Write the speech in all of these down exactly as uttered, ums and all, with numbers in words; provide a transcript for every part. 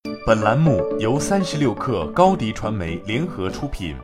本栏目由三十六氪高迪传媒联合出品。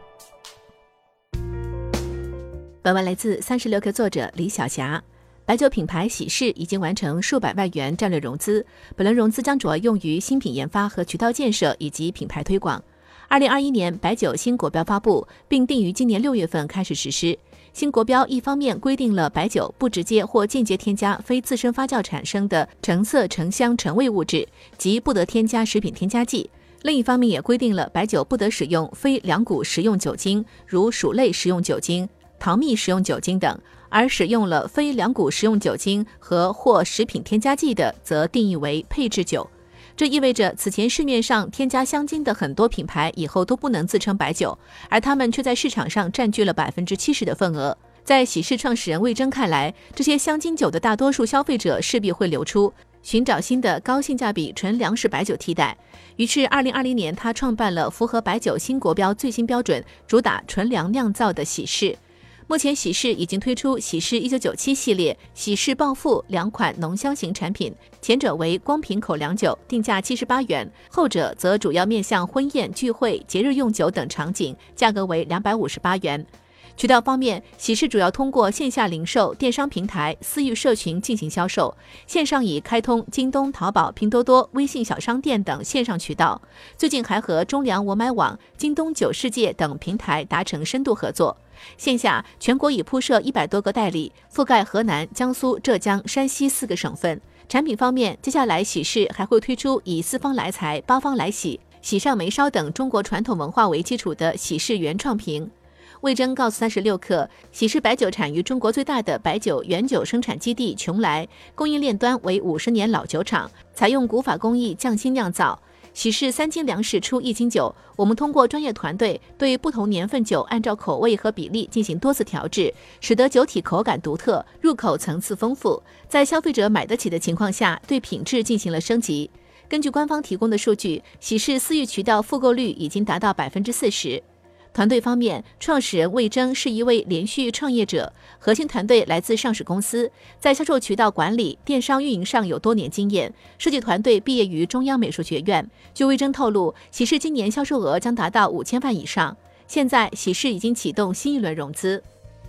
本文来自三十六氪作者李晓霞。白酒品牌喜事已经完成数百万元战略融资，本轮融资将主要用于新品研发和渠道建设以及品牌推广。二零二一年白酒新国标发布，并定于今年六月份开始实施。新国标一方面规定了白酒不直接或间接添加非自身发酵产生的成色、成香、成味物质，即不得添加食品添加剂。另一方面也规定了白酒不得使用非两股食用酒精，如薯类食用酒精、糖蜜食用酒精等，而使用了非两股食用酒精和或食品添加剂的，则定义为配制酒。这意味着此前市面上添加香精的很多品牌以后都不能自称白酒，而他们却在市场上占据了 百分之七十 的份额。在喜事创始人魏征看来，这些香精酒的大多数消费者势必会流出，寻找新的高性价比纯粮食白酒替代。于是二零二零年他创办了符合白酒新国标最新标准，主打纯粮酿造的喜事。目前喜事已经推出喜事一九九七系列、喜事暴富两款浓香型产品，前者为光瓶口粮酒，定价七十八元，后者则主要面向婚宴、聚会、节日用酒等场景，价格为两百五十八元。渠道方面，喜事主要通过线下零售、电商平台、私域社群进行销售，线上已开通京东、淘宝、拼多多、微信小商店等线上渠道。最近还和中粮我买网、京东酒世界等平台达成深度合作。线下全国已铺设一百多个代理，覆盖河南、江苏、浙江、山西四个省份。产品方面，接下来喜事还会推出以四方来财、八方来喜、喜上眉梢等中国传统文化为基础的喜事原创瓶。魏征告诉三十六氪，喜事白酒产于中国最大的白酒原酒生产基地邛崃，供应链端为五十年老酒厂，采用古法工艺匠心酿造。喜事三斤粮食出一斤酒，我们通过专业团队对不同年份酒按照口味和比例进行多次调制，使得酒体口感独特，入口层次丰富，在消费者买得起的情况下，对品质进行了升级。根据官方提供的数据，喜事私域渠道复购率已经达到 百分之四十。团队方面，创始人魏征是一位连续创业者，核心团队来自上市公司，在销售渠道管理、电商运营上有多年经验。设计团队毕业于中央美术学院。据魏征透露，喜事今年销售额将达到五千万以上。现在，喜事已经启动新一轮融资。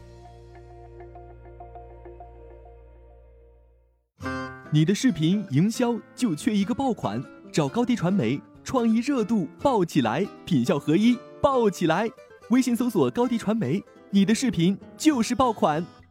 你的视频营销就缺一个爆款，找高迪传媒，创意热度爆起来，品效合一爆起来！微信搜索高迪传媒，你的视频就是爆款。